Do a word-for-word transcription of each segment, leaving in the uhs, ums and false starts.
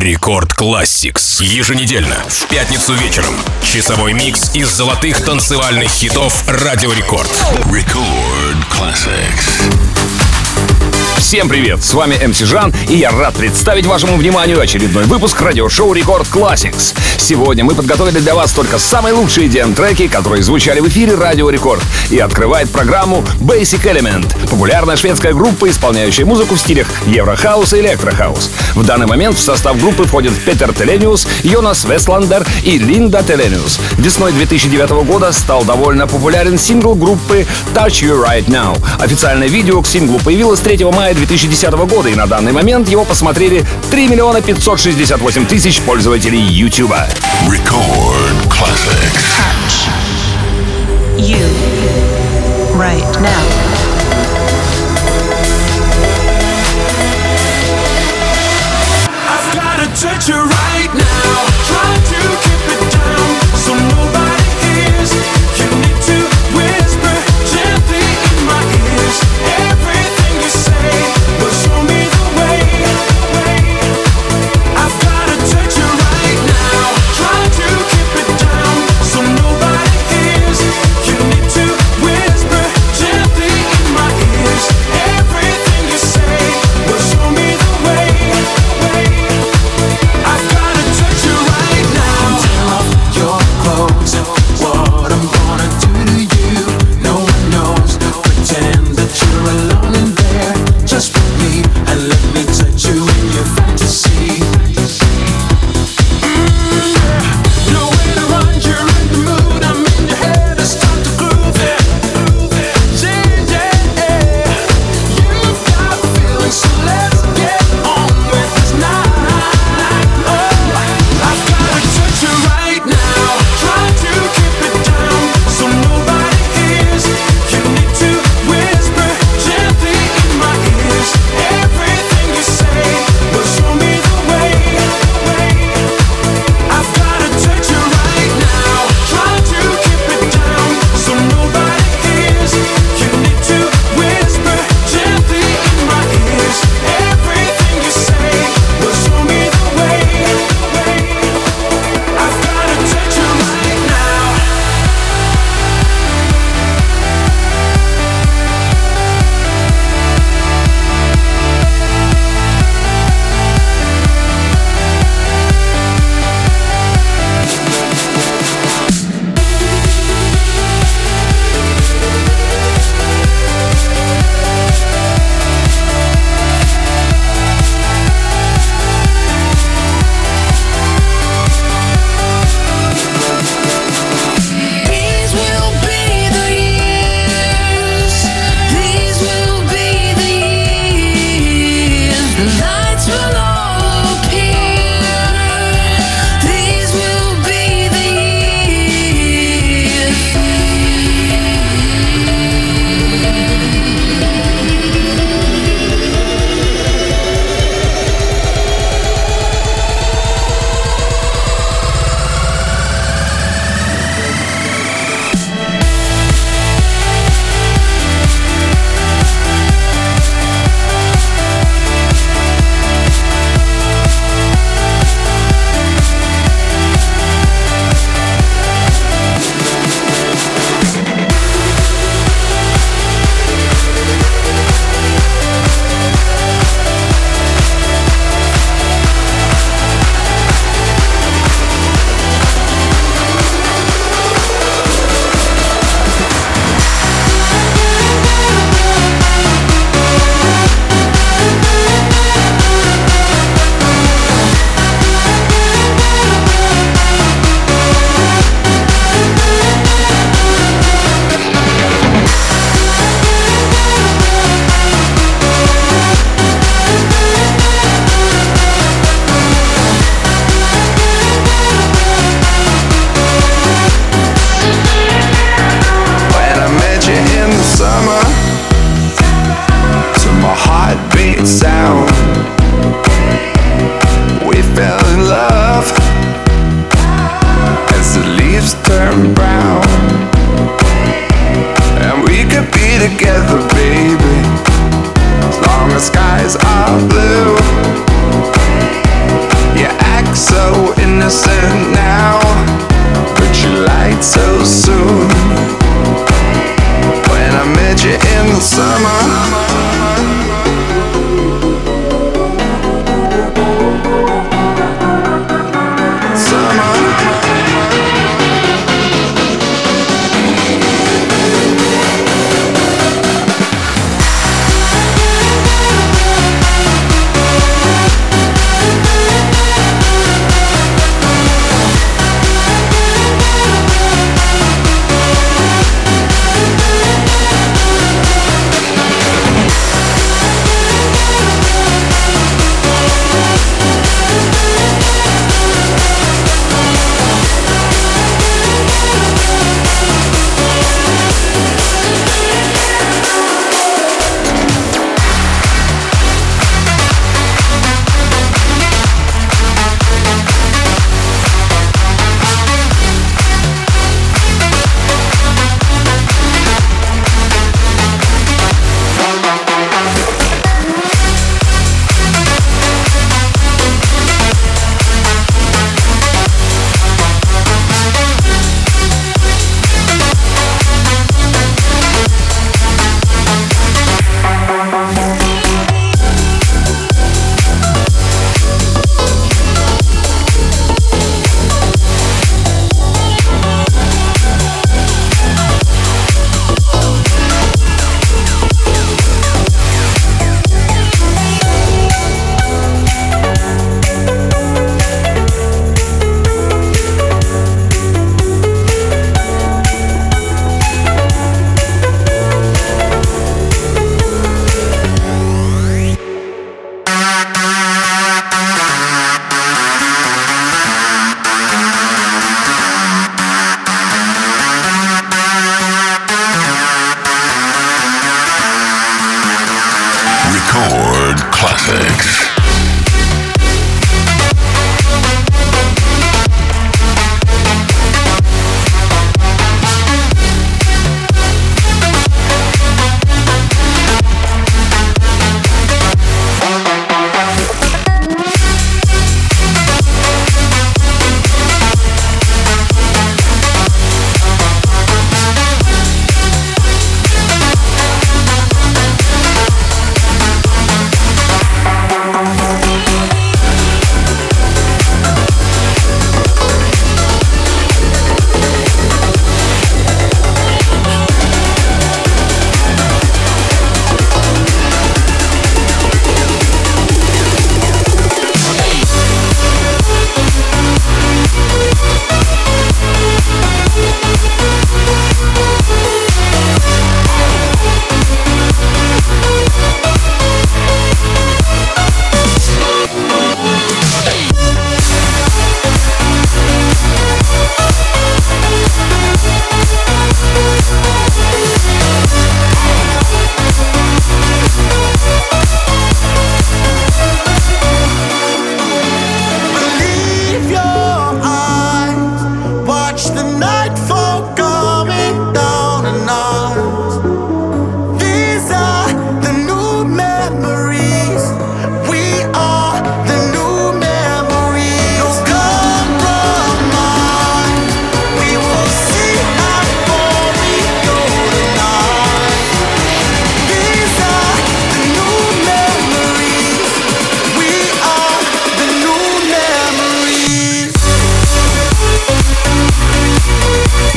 Рекорд Classics. Еженедельно, в пятницу вечером. Часовой микс из золотых танцевальных хитов Радио Рекорд. Record Classics. Всем привет, с вами эм си Жан, и я рад представить вашему вниманию очередной выпуск радиошоу Record Classics. Сегодня мы подготовили для вас только самые лучшие ди эм-треки, которые звучали в эфире Радио Рекорд, и открывает программу Basic Element, популярная шведская группа, исполняющая музыку в стилях еврохаус и электрохаус. В данный момент в состав группы входят Петер Телениус, Йонас Вестландер и Линда Телениус. Весной две тысячи девятого года стал довольно популярен сингл группы Touch You Right Now. Официальное видео к синглу появилось третьего мая две тысячи десятого года, и на данный момент его посмотрели три миллиона пятьсот шестьдесят восемь тысяч пользователей YouTube. Record Classics. Touch you right now. I've gotta touch you right now. Try to keep it down so nobody hears. You need to whisper gently in my ears. Everything you say will show me the way. I've gotta touch you right now. Try to keep it down so nobody hears. You need to whisper gently in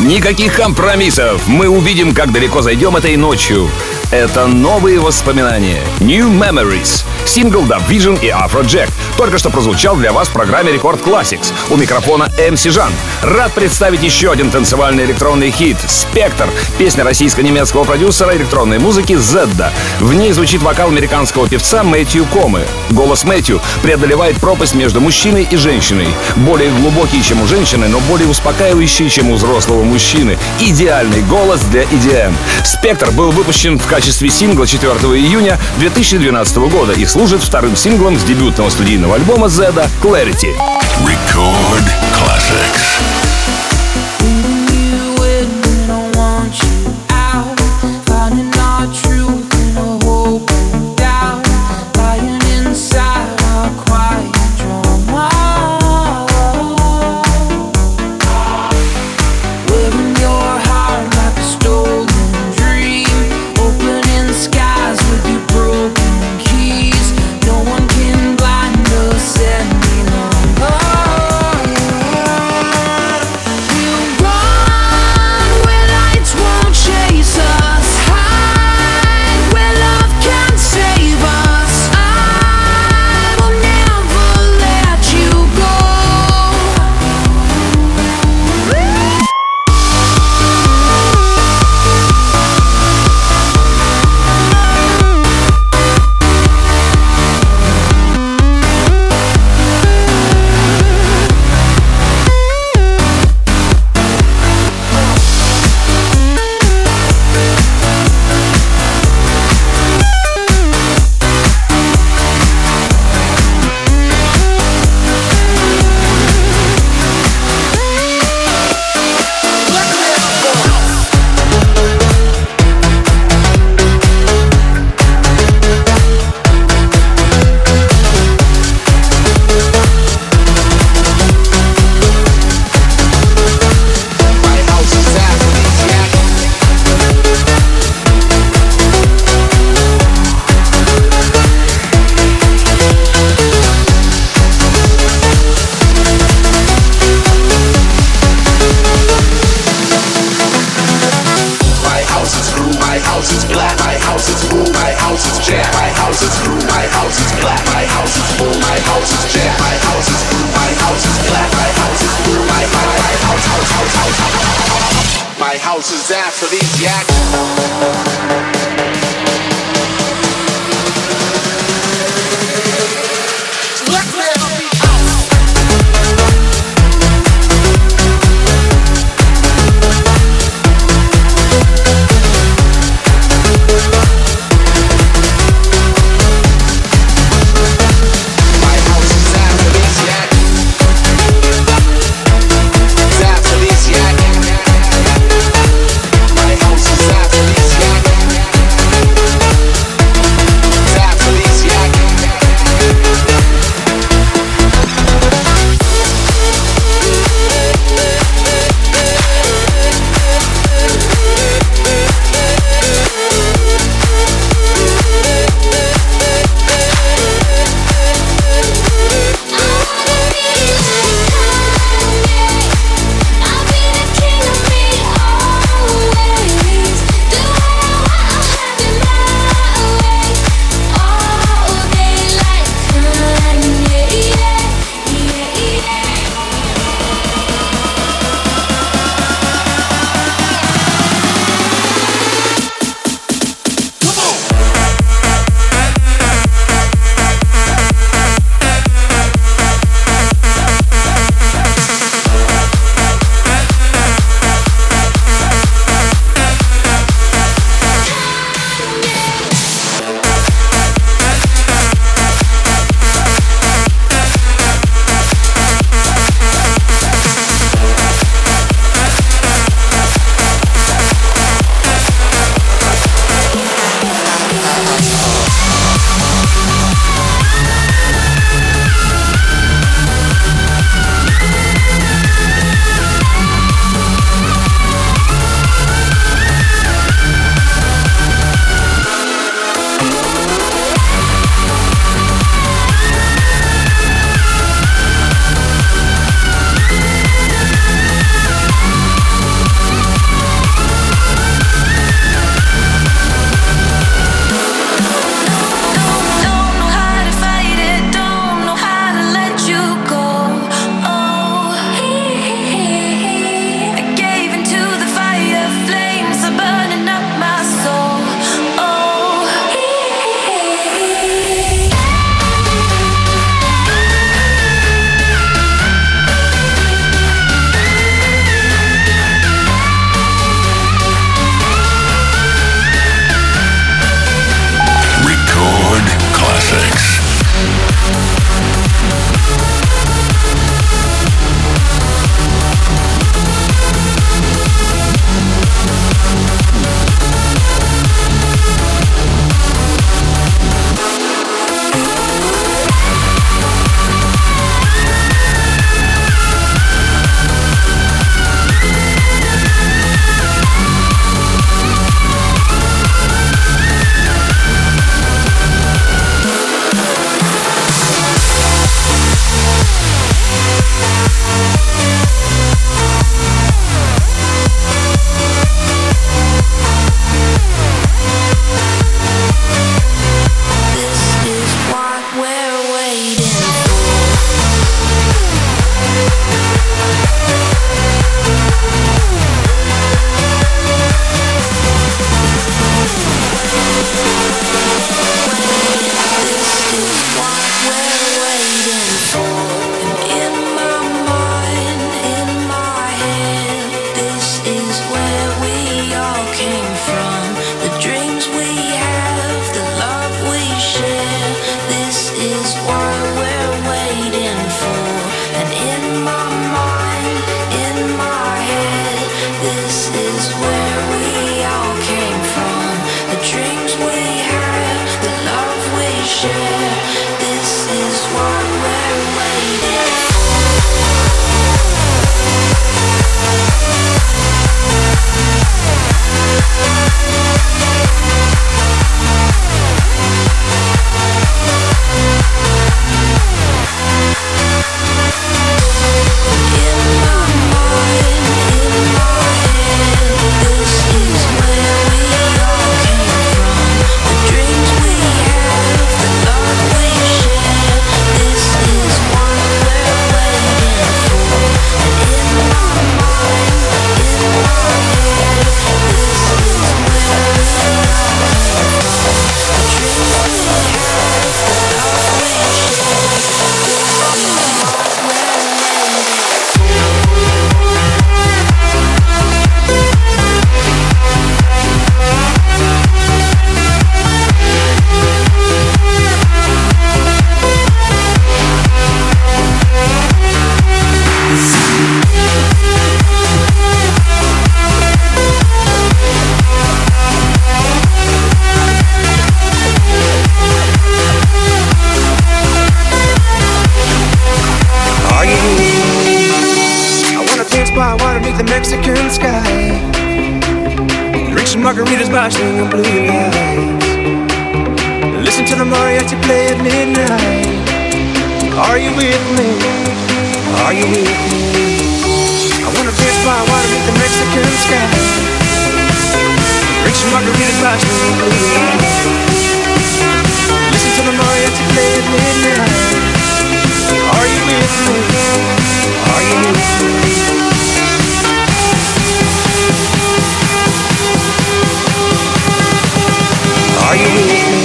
Никаких компромиссов. Мы увидим, как далеко зайдем этой ночью. Это новые воспоминания. New Memories. Сингл Dub Vision и Afrojack только что прозвучал для вас в программе Record Classics. У микрофона эм си Жан. Рад представить еще один танцевальный электронный хит «Спектр». Песня российско-немецкого продюсера электронной музыки Зедда. В ней звучит вокал американского певца Мэтью Комы. Голос Мэтью преодолевает пропасть между мужчиной и женщиной. Более глубокий, чем у женщины, но более успокаивающий, чем у взрослого мужчины. Идеальный голос для и ди эм. «Спектр» был выпущен в качестве сингла четвёртого июня две тысячи двенадцатого года и служит вторым синглом с дебютного студийного альбома Zedda Clarity. Record classics. My house is water beneath the Mexican sky. Drink some margaritas by swinging blue lights. Listen to the mariachi play at midnight. Are you with me? Are you with me? I wanna dance by water beneath the Mexican sky. Drink some margaritas by swinging blue lights. Listen to the mariachi play at midnight. Are you with me? Are you with me? Are you with me?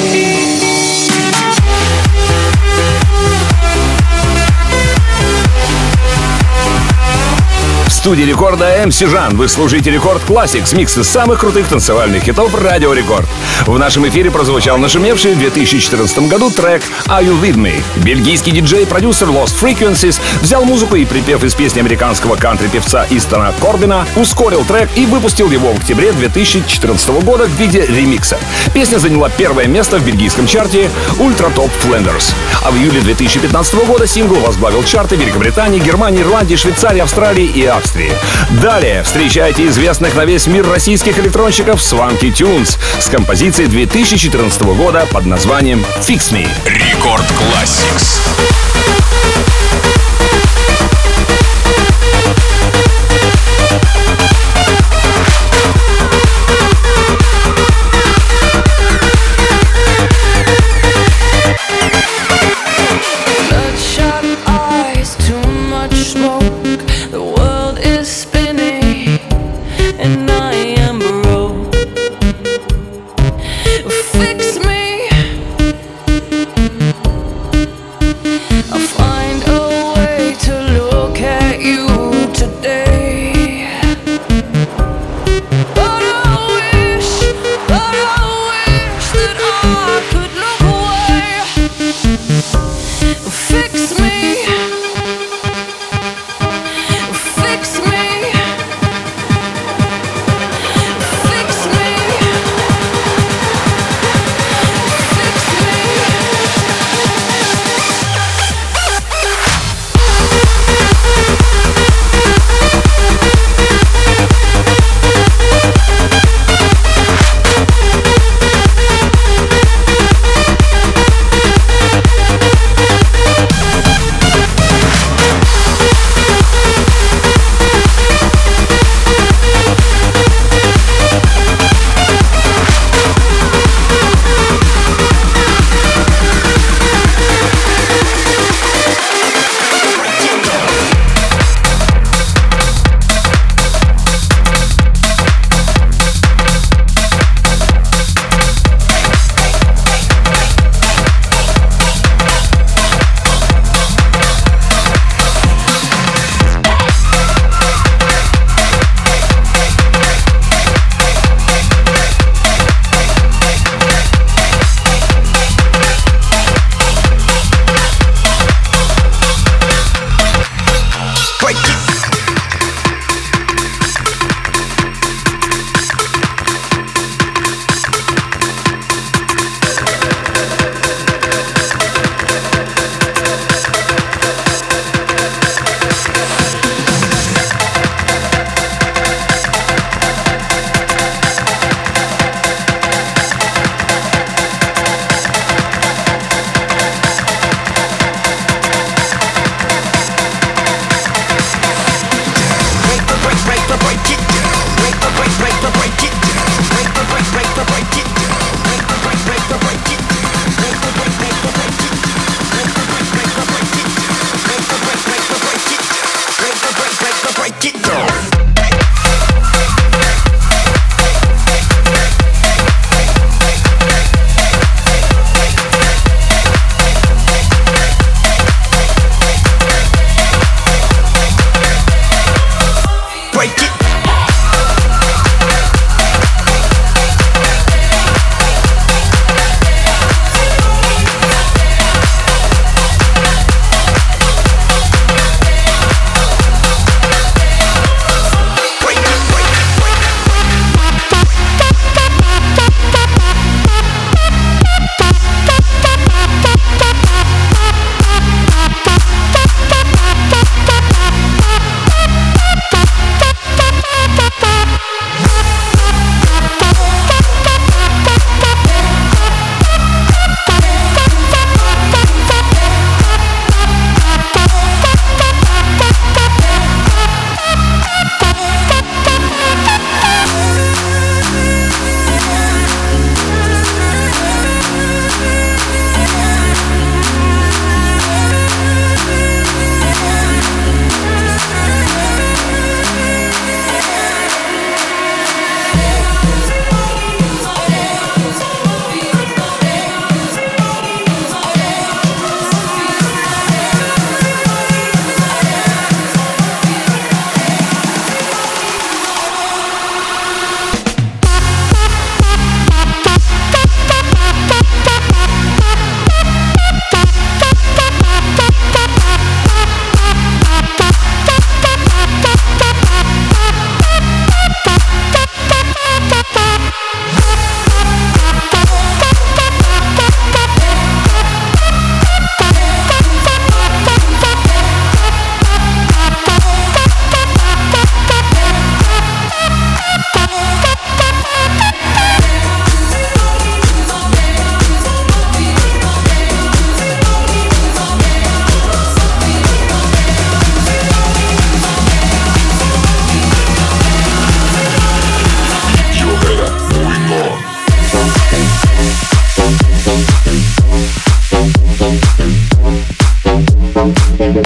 В студии рекорда эм си Жан. Вы слушаете Рекорд Classics, микс из самых крутых танцевальных хитов Радио Рекорд. В нашем эфире прозвучал нашумевший в две тысячи четырнадцатом году трек «Are You With Me?». Бельгийский диджей и продюсер Lost Frequencies взял музыку и припев из песни американского кантри-певца Истона Корбина, ускорил трек и выпустил его в октябре две тысячи четырнадцатого года в виде ремикса. Песня заняла первое место в бельгийском чарте Ultra Top Flanders. А в июле две тысячи пятнадцатого года сингл возглавил чарты Великобритании, Германии, Ирландии, Швейцарии, Австралии и Австрии. Далее встречайте известных на весь мир российских электронщиков Swanky Tunes с композицией две тысячи четырнадцатого года под названием «Fix Me». Рекорд Classics. Fix me.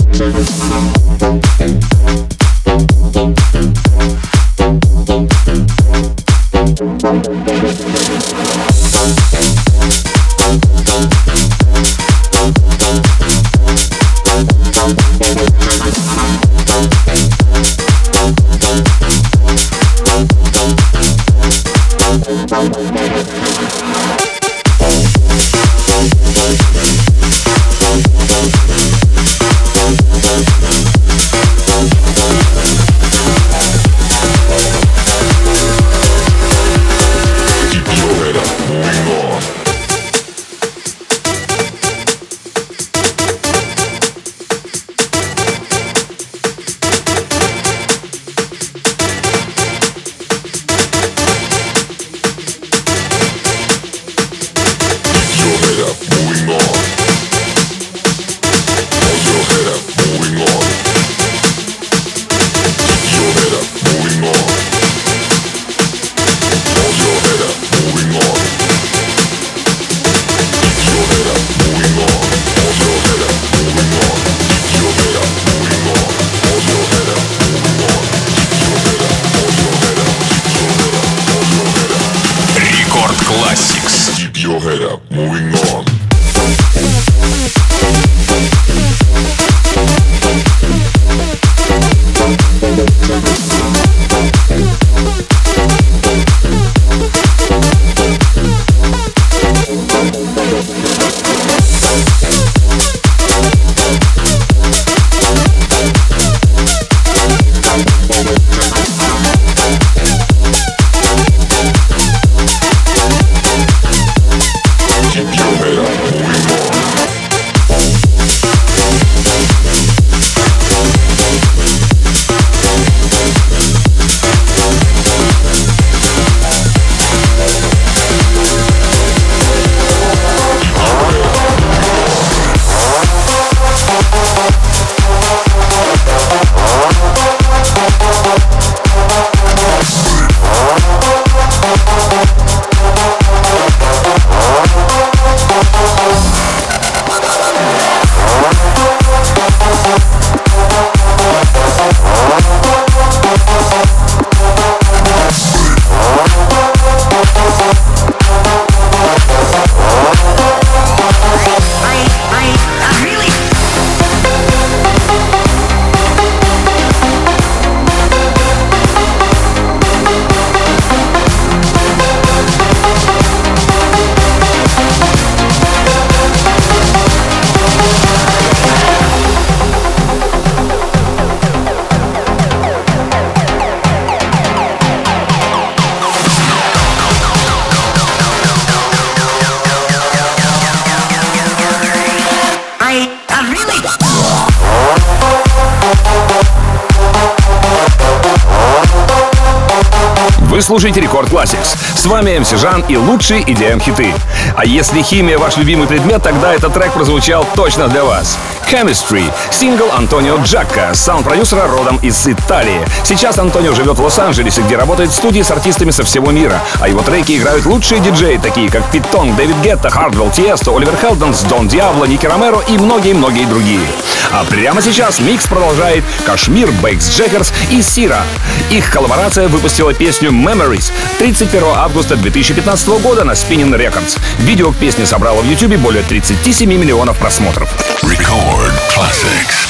Вы слушаете Рекорд Classics. С вами эм си Жан и лучшие и ди эм-хиты. А если химия ваш любимый предмет, тогда этот трек прозвучал точно для вас. Chemistry, сингл Антонио Джакка, саунд-продюсера родом из Италии. Сейчас Антонио живет в Лос-Анджелесе, где работает в студии с артистами со всего мира, а его треки играют лучшие диджеи, такие как Пит Тонг, Дэвид Гетта, Хардвелл, Тиесто, Оливер Хелденс, Дон Диабло, Ники Ромеро и многие-многие другие. А прямо сейчас микс продолжает Кашмир, Бэйкс Джекерс и Сира. Их коллаборация выпустила песню Memories тридцать первого августа две тысячи пятнадцатого года на Spinnin' Records. Видео к песне собрало в YouTube более тридцати семи миллионов просмотров. Record Classics.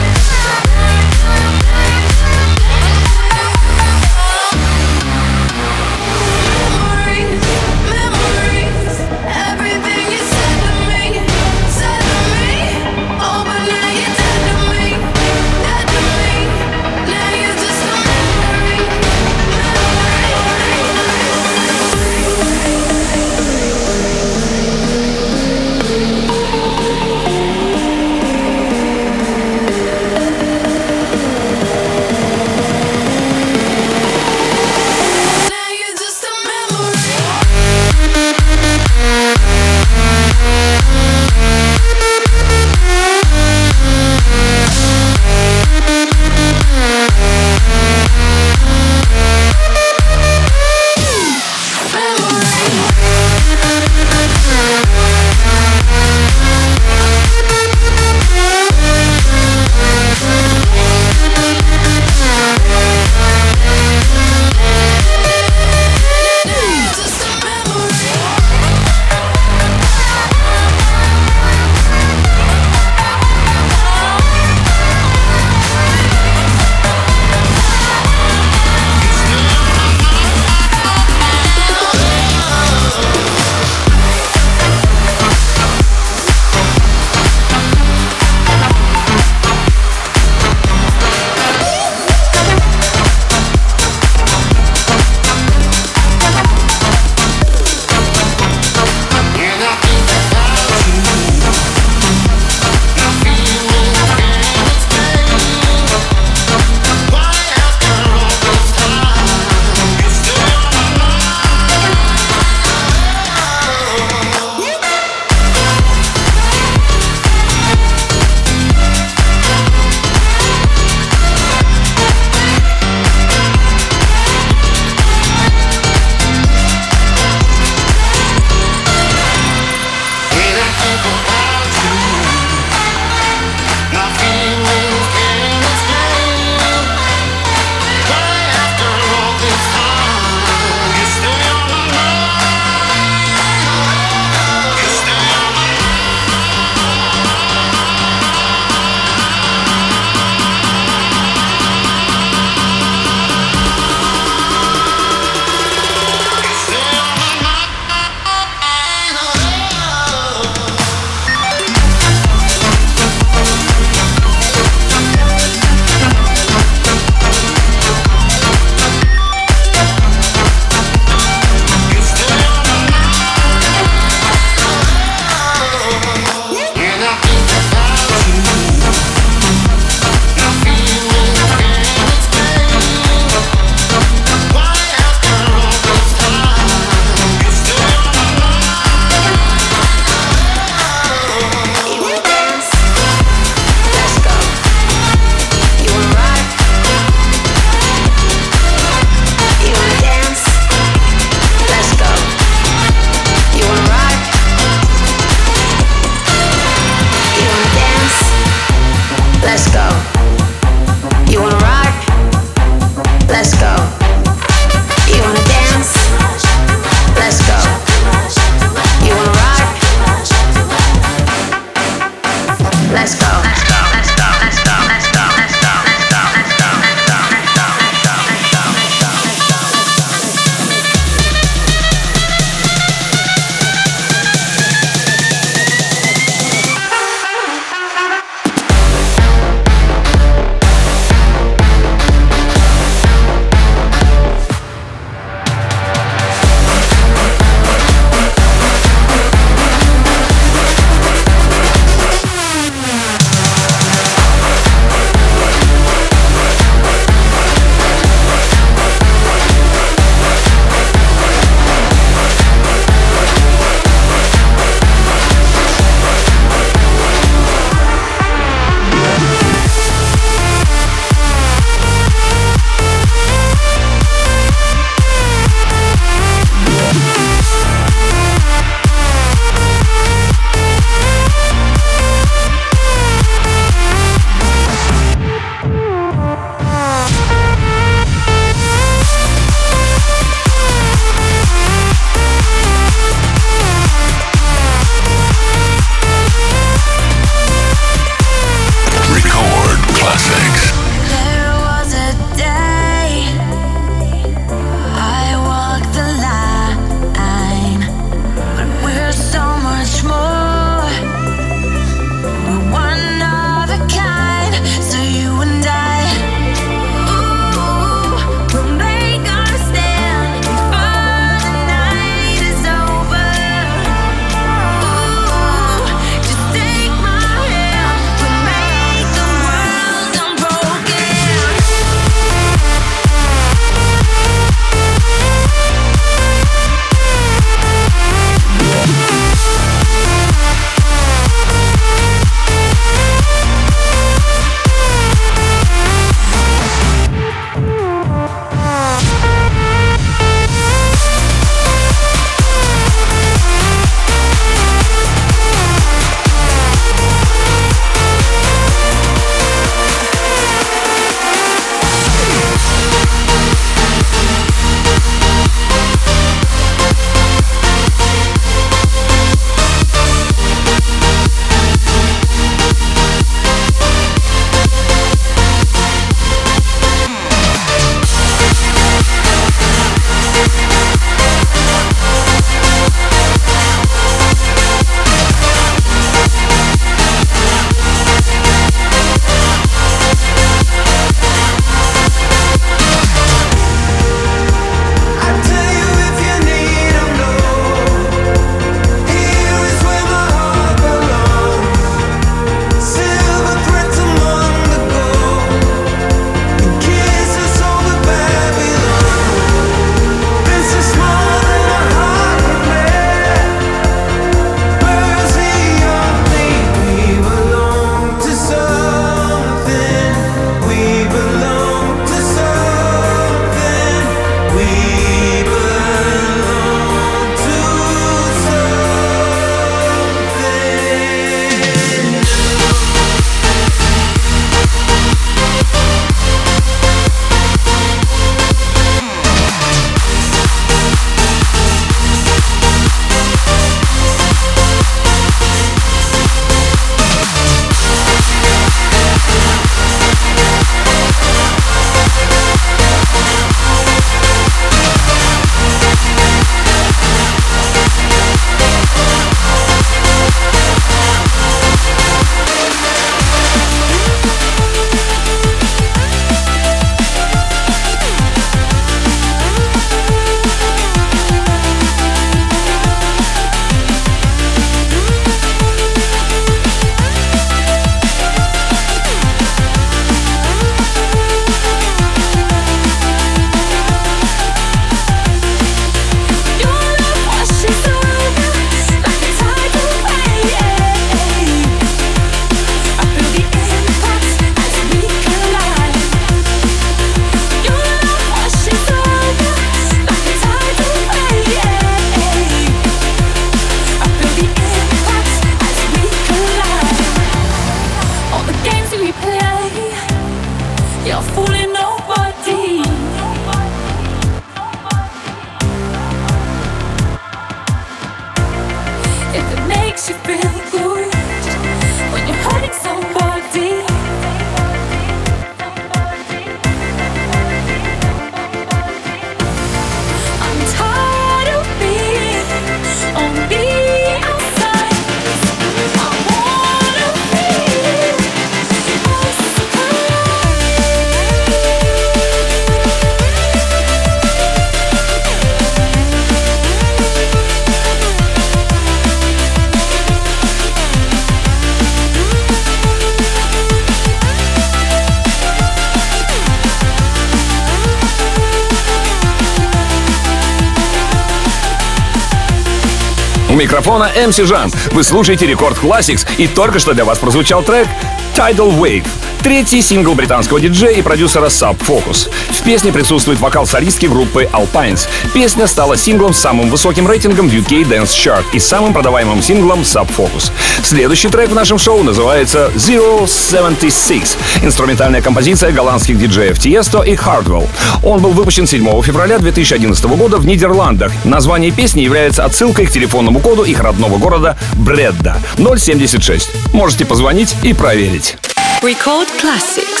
микрофона эм си Жан. Вы слушаете Рекорд Classics, и только что для вас прозвучал трек Tidal Wave, третий сингл британского диджея и продюсера Sub Focus. В песне присутствует вокал солистки группы Alpines. Песня стала синглом с самым высоким рейтингом в ю кей Dance Chart и самым продаваемым синглом Sub Focus. Следующий трек в нашем шоу называется Zero семьдесят шесть. Инструментальная композиция голландских диджеев Tiesto и Hardwell. Он был выпущен седьмого февраля две тысячи одиннадцатого года в Нидерландах. Название песни является отсылкой к телефонному коду их родного города Бредда ноль семьдесят шесть. Можете позвонить и проверить. Record Classics.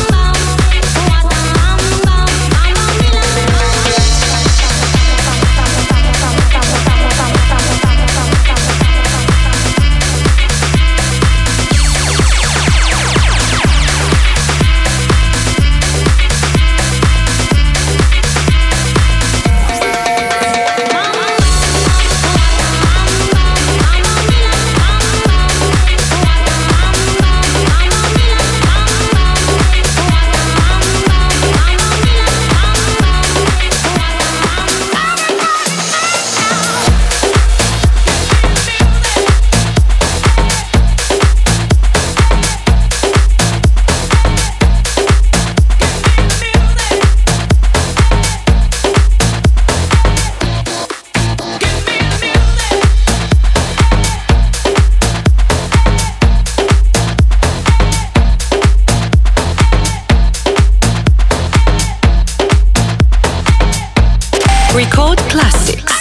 Bam, Record Classics.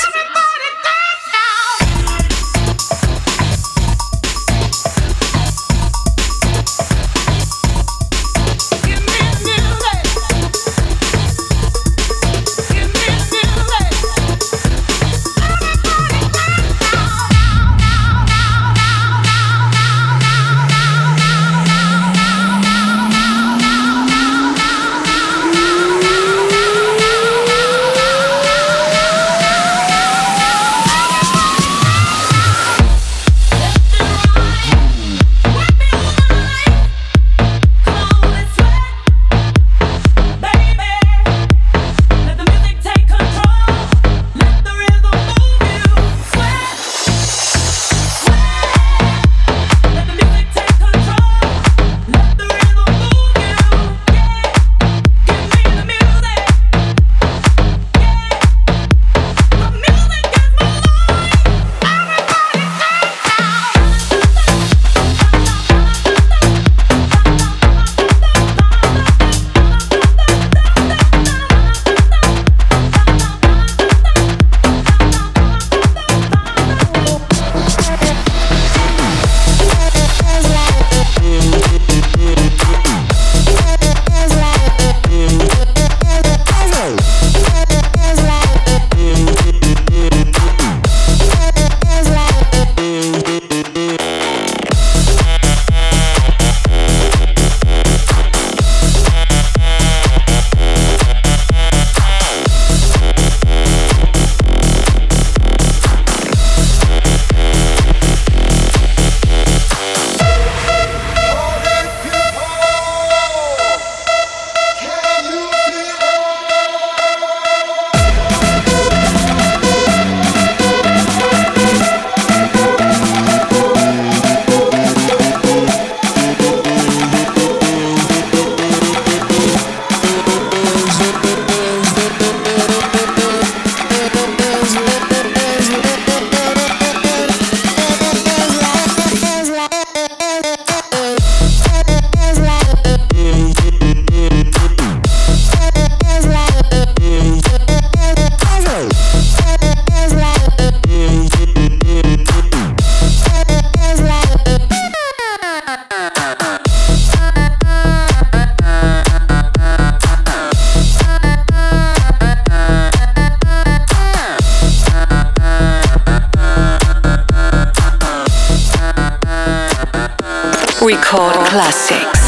Record Classics.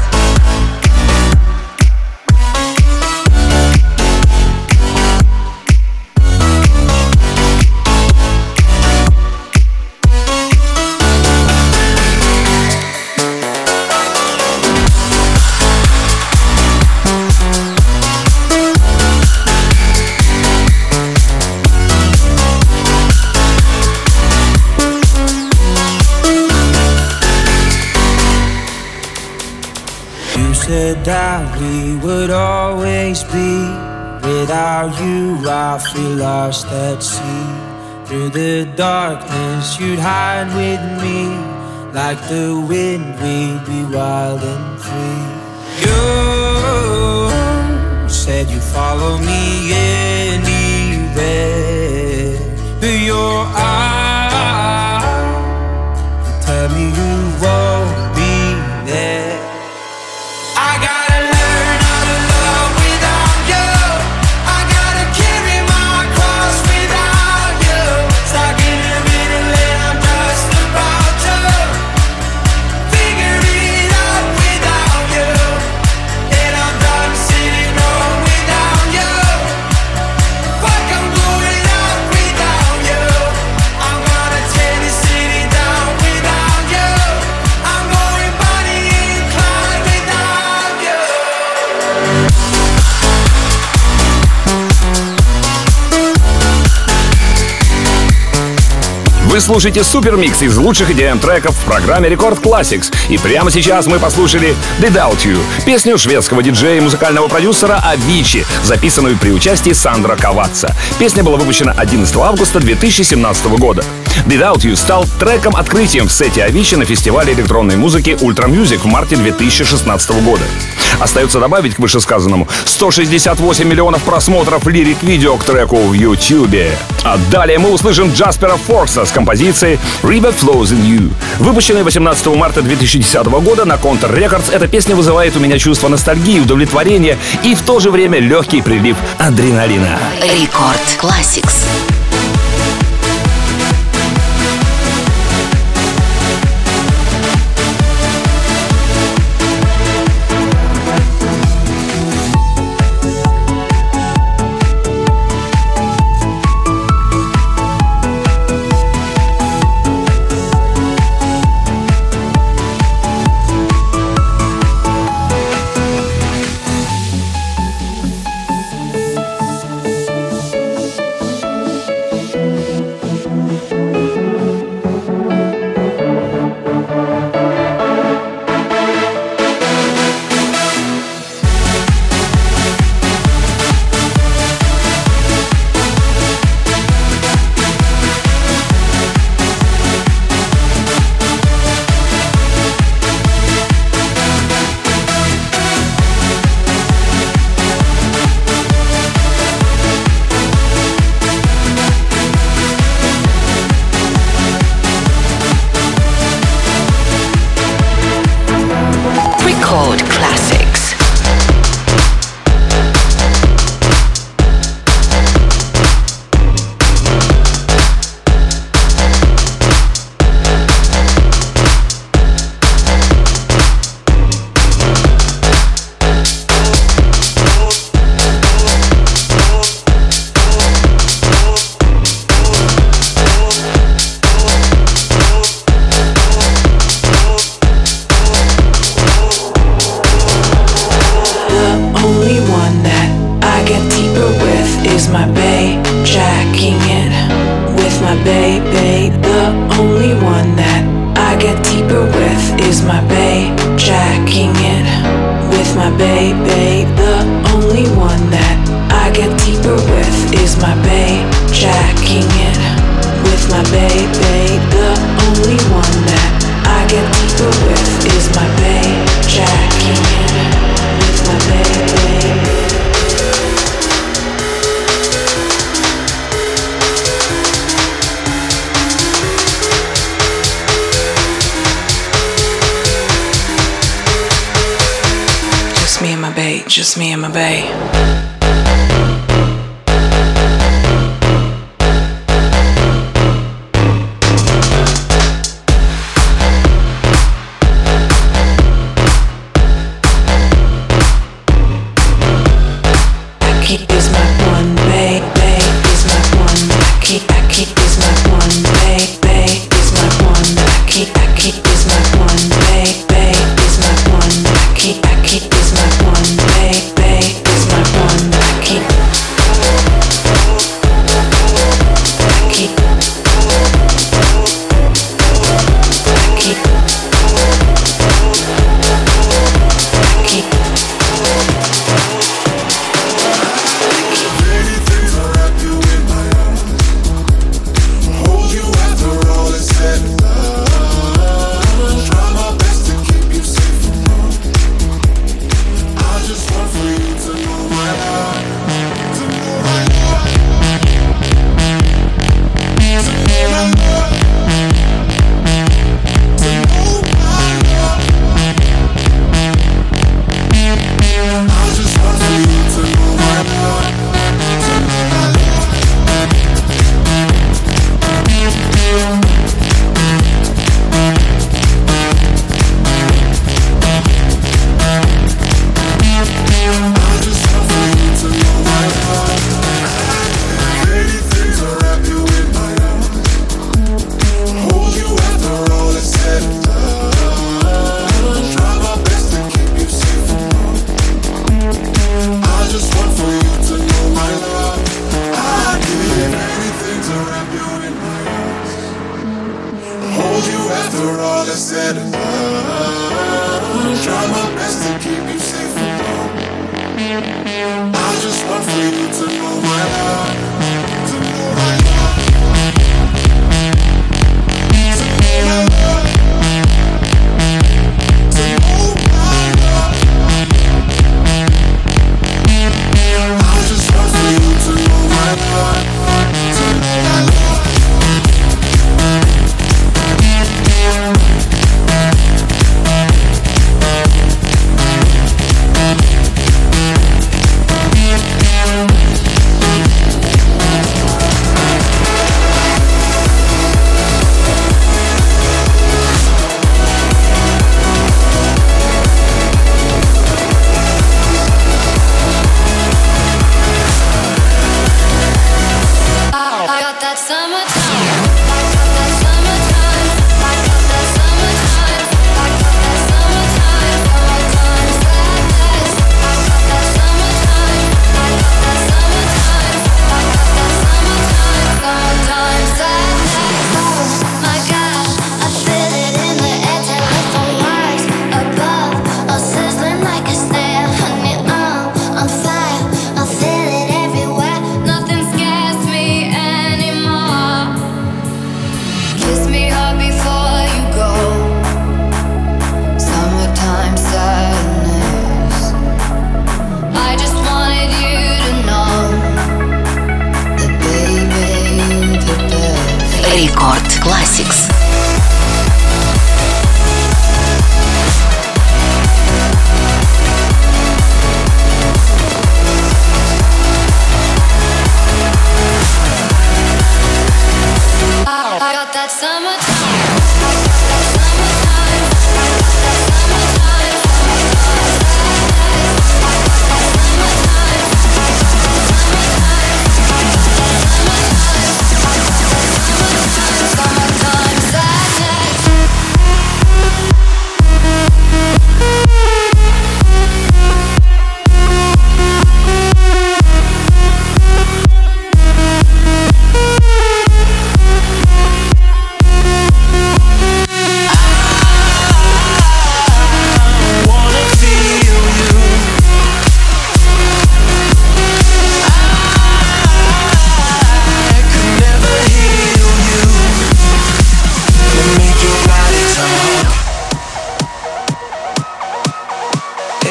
Said that we would always be. Without you I feel lost at sea. Through the darkness you'd hide with me. Like the wind we'd be wild and free. You said you'd follow me anywhere. But your eyes tell me you won't be there. Вы слушаете супермикс из лучших ди эм-треков в программе Record Classics. И прямо сейчас мы послушали Without You, песню шведского диджея и музыкального продюсера Avicii, записанную при участии Сандро Каваццо. Песня была выпущена одиннадцатого августа две тысячи семнадцатого года. Without You стал треком-открытием в сете Avicii на фестивале электронной музыки Ultra Music в марте две тысячи шестнадцатого года. Остается добавить к вышесказанному сто шестьдесят восемь миллионов просмотров лирик-видео к треку в Ютьюбе. А далее мы услышим Джаспера Форкса с композицией River Flows in You. Выпущенная восемнадцатого марта две тысячи десятого года на Contour Records, эта песня вызывает у меня чувство ностальгии, удовлетворения и в то же время легкий прилив адреналина. Рекорд Classics. Record Classics. Just me and my bae. One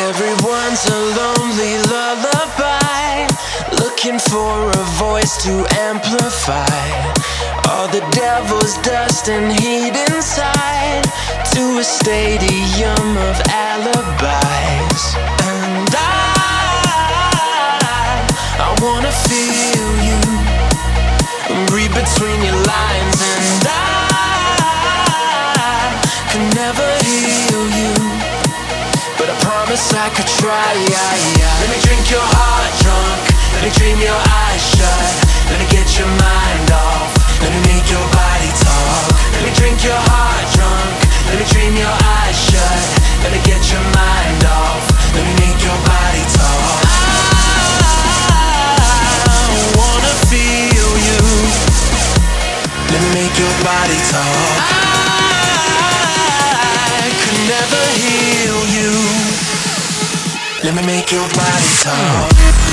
Everyone's a lonely lullaby, looking for a voice to amplify all the devil's dust and heat inside, to a stadium of alibis. And I, I wanna feel you, read between your lines, and I can never heal you, but I promise I could try. Let me drink your heart drunk, let me dream your eyes shut, let me get your mind off, let me make your body talk. Let me drink your heart drunk, let me dream your eyes shut, let me get your mind off, let me make your body talk. I wanna feel you, let me make your body talk. I could never heal you, let me make your body talk.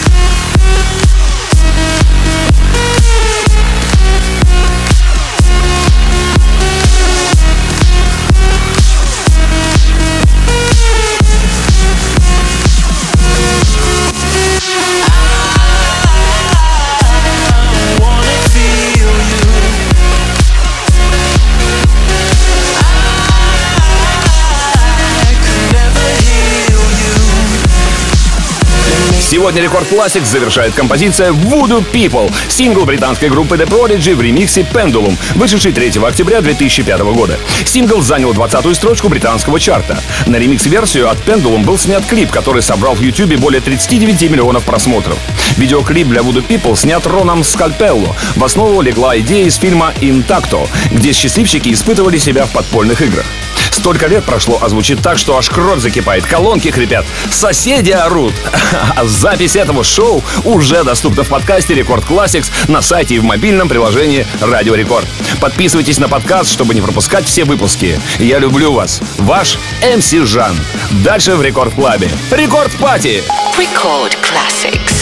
Сегодня Рекорд Classics завершает композиция Voodoo People, сингл британской группы The Prodigy в ремиксе Pendulum, вышедший третьего октября две тысячи пятого года. Сингл занял двадцатую строчку британского чарта. На ремикс-версию от Pendulum был снят клип, который собрал в YouTube более тридцати девяти миллионов просмотров. Видеоклип для Voodoo People снят Роном Скальпелло. В основу легла идея из фильма Intacto, где счастливчики испытывали себя в подпольных играх. Столько лет прошло, а звучит так, что аж кровь закипает, колонки хрипят, соседи орут. А запись этого шоу уже доступна в подкасте Рекорд Classics на сайте и в мобильном приложении Радио Рекорд. Подписывайтесь на подкаст, чтобы не пропускать все выпуски. Я люблю вас. Ваш эм си Жан. Дальше в Рекорд Клабе. Рекорд Пати! Record Classics.